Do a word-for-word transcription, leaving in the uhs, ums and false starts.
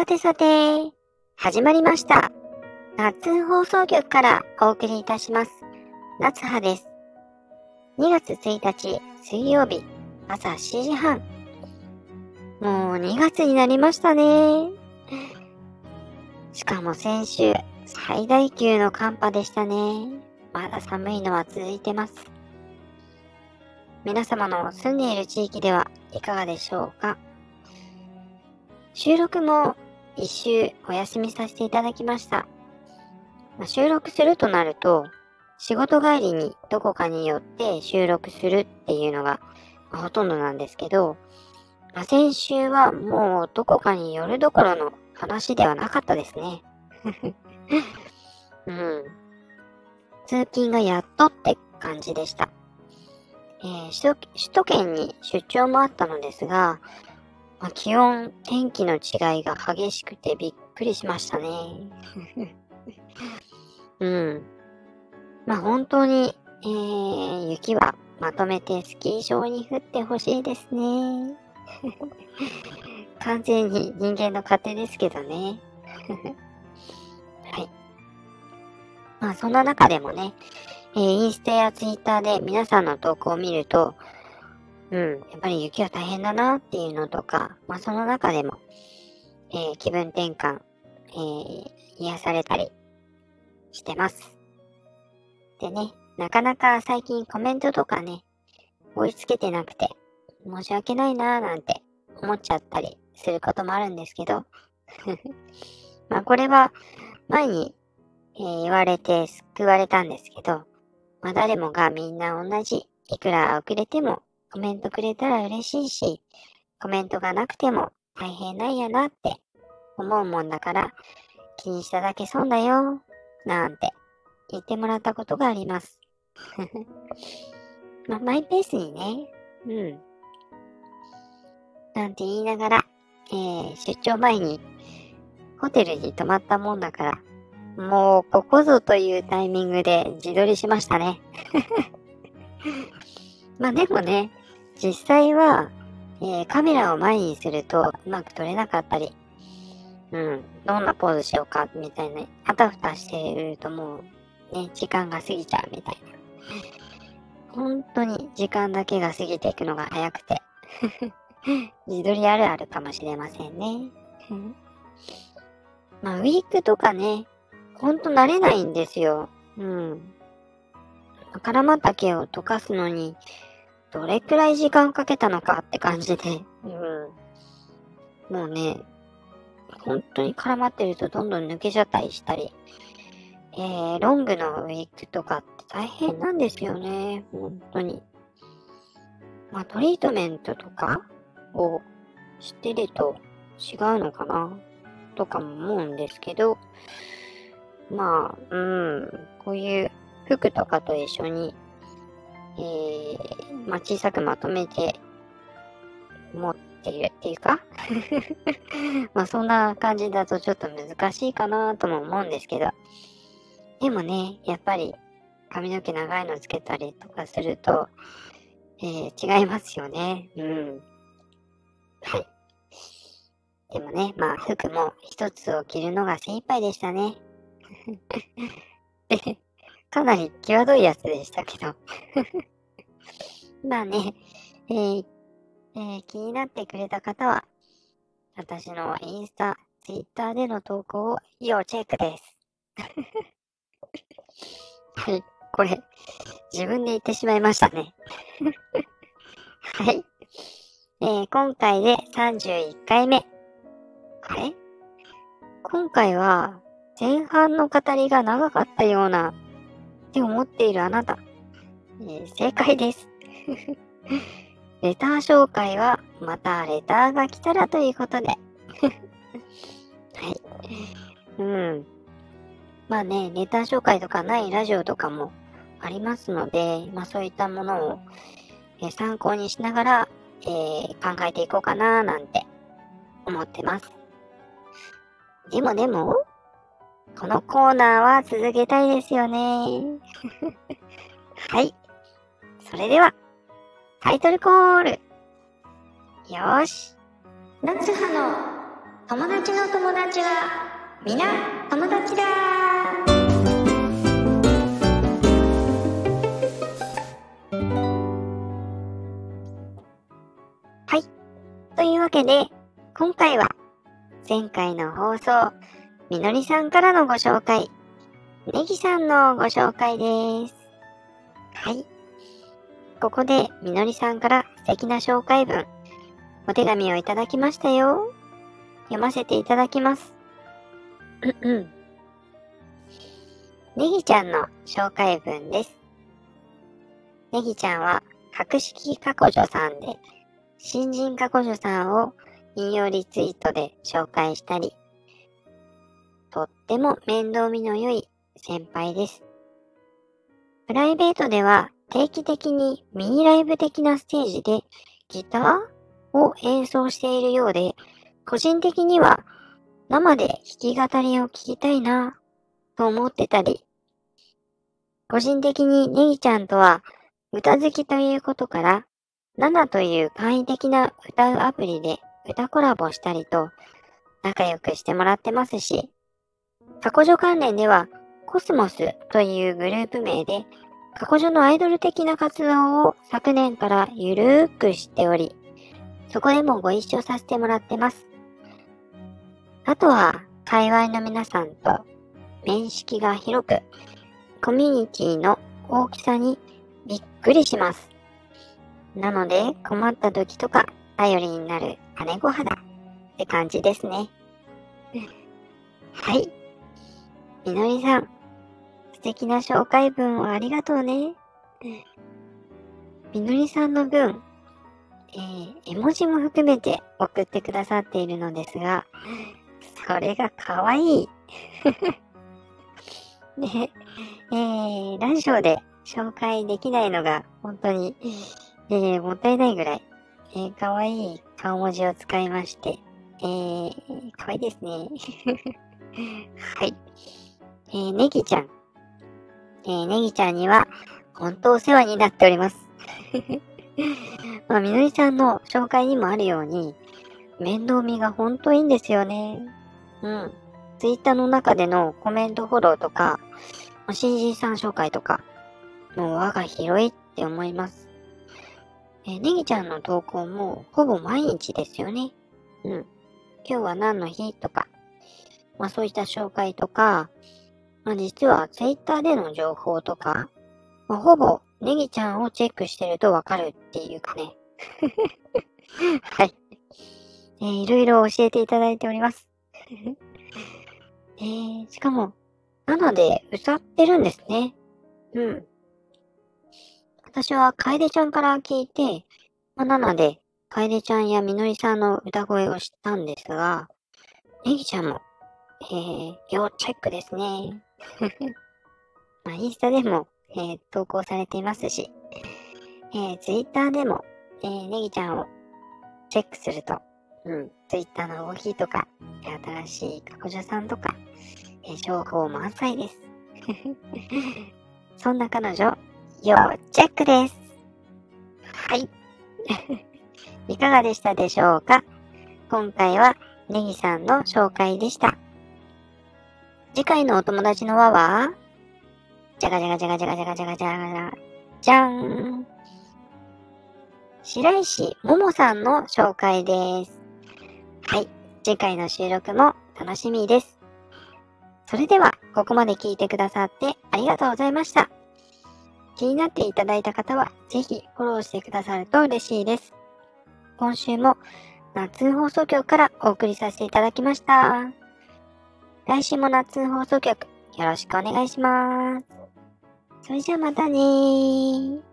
てさて、始まりました。夏放送局からお送りいたします。夏葉です。にがつついたち水曜日朝しちじはん。もうにがつになりましたね。しかも先週最大級の寒波でしたね。まだ寒いのは続いてます。皆様の住んでいる地域ではいかがでしょうか。収録も一週お休みさせていただきました。まあ、収録するとなると、仕事帰りにどこかに寄って収録するっていうのが、まあ、ほとんどなんですけど、まあ、先週はもうどこかに寄るどころの話ではなかったですね。うん。通勤がやっとって感じでした。えー、首都、首都圏に出張もあったのですが、まあ、気温、天気の違いが激しくてびっくりしましたね。うん。まあ本当に、えー、雪はまとめてスキー場に降ってほしいですね。完全に人間の勝手ですけどね。はい。まあそんな中でもね、えー、インスタやツイッターで皆さんの投稿を見ると、うん、やっぱり雪は大変だなっていうのとか、まあその中でも、えー、気分転換、えー、癒されたりしてます。でね、なかなか最近コメントとかね、追いつけてなくて、申し訳ないなーなんて思っちゃったりすることもあるんですけど、まあこれは前に、えー言われて救われたんですけど、まあ誰もがみんな同じ、いくら遅れてもコメントくれたら嬉しいし、コメントがなくても大変なんやなって思うもんだから気にしただけ損だよ、なんて言ってもらったことがあります。まあマイペースにね、うん。なんて言いながら、えー、出張前にホテルに泊まったもんだから、もうここぞというタイミングで自撮りしましたね。まあでもね、実際は、えー、カメラを前にするとうまく撮れなかったり、うん、どんなポーズしようかみたいな、あたふたしてるともうね、時間が過ぎちゃうみたいな。本当に時間だけが過ぎていくのが早くて。自撮りあるあるかもしれませんね。まあ、ウィークとかね、ほんと慣れないんですよ。うん。絡ま竹を溶かすのに、どれくらい時間かけたのかって感じで。うん。もうね、本当に絡まってるとどんどん抜けちゃったりしたり。えー、ロングのウィークとかって大変なんですよね。本当に。まあ、トリートメントとかをしてると違うのかなとかも思うんですけど、まあ、うん、こういう服とかと一緒に、えー、まあ小さくまとめて持っているっていうか、まあそんな感じだとちょっと難しいかなとも思うんですけど、でもね、やっぱり髪の毛長いのつけたりとかすると、えー、違いますよね。うん。はい。でもね、まあ服も一つを着るのが精一杯でしたね。で、かなり際どいやつでしたけど。まあね、えーえー気になってくれた方は、私のインスタ、ツイッターでの投稿を要チェックです。はい、これ、自分で言ってしまいましたね。はい。えー今回でさんじゅういっかいめ。あれ今回は、前半の語りが長かったような、って思っているあなた。えー正解です。レター紹介は、またレターが来たらということで。はい。うん。まあね、レター紹介とかないラジオとかもありますので、まあそういったものを、えー参考にしながら、えー考えていこうかななんて思ってます。でもでも、このコーナーは続けたいですよね。はい。それでは、タイトルコール。よーし。夏葉の友達の友達はみんな友達だ。はい。というわけで、今回は前回の放送、みのりさんからのご紹介、ねぎさんのご紹介です。はい。ここでみのりさんから素敵な紹介文、お手紙をいただきましたよ。読ませていただきます。うんうん。ねぎちゃんの紹介文です。ねぎちゃんは格式過去女さんで、新人過去女さんを引用リツイートで紹介したり、とっても面倒見の良い先輩です。プライベートでは定期的にミニライブ的なステージでギターを演奏しているようで、個人的には生で弾き語りを聞きたいなと思ってたり、個人的にネギちゃんとは歌好きということから、ナナという簡易的な歌うアプリで歌コラボしたりと仲良くしてもらってますし、過去女関連ではコスモスというグループ名で過去女のアイドル的な活動を昨年からゆるーくしており、そこでもご一緒させてもらってます。あとは、界隈の皆さんと面識が広く、コミュニティの大きさにびっくりします。なので、困った時とか頼りになる姉御肌って感じですね。はい。みのりさん、素敵な紹介文をありがとうね。みのりさんの文、えー、絵文字も含めて送ってくださっているのですが、それがかわいい。で、えー、ラジオで紹介できないのが本当に、えー、もったいないぐらい、えー、かわいい顔文字を使いまして、えー、かわいいですね。はい。えー、ネギちゃん。えー、ネギちゃんには本当お世話になっております。まあ、みのりさんの紹介にもあるように、面倒見が本当いいんですよね。うん。ツイッターの中でのコメントフォローとか、新人さん紹介とか、もう輪が広いって思います。えー、ネギちゃんの投稿もほぼ毎日ですよね。うん。今日は何の日とか、まあそういった紹介とか、まあ実はツイッターでの情報とか、まあ、ほぼネギちゃんをチェックしてるとわかるっていうかね。はい。えー、いろいろ教えていただいております。えー、しかも、ナナで歌ってるんですね。うん。私は楓ちゃんから聞いて、まあ、ナナで楓ちゃんやみのりさんの歌声を知ったんですが、ネギちゃんも、えー、要チェックですね。まあ、インスタでも、えー、投稿されていますし、えー、ツイッターでも、えー、ネギちゃんをチェックすると、うん、ツイッターの動きとか、新しい過去女さんとか、えー、情報満載です。そんな彼女、要チェックです。はい。いかがでしたでしょうか？今回はネギさんの紹介でした。次回のお友達の輪は、じゃがじゃがじゃがじゃがじゃがじゃがじゃがじゃーん。白石ももさんの紹介です。はい。次回の収録も楽しみです。それでは、ここまで聞いてくださってありがとうございました。気になっていただいた方は、ぜひフォローしてくださると嬉しいです。今週も、夏放送局からお送りさせていただきました。来週も夏放送局、よろしくお願いします。それじゃあまたねー。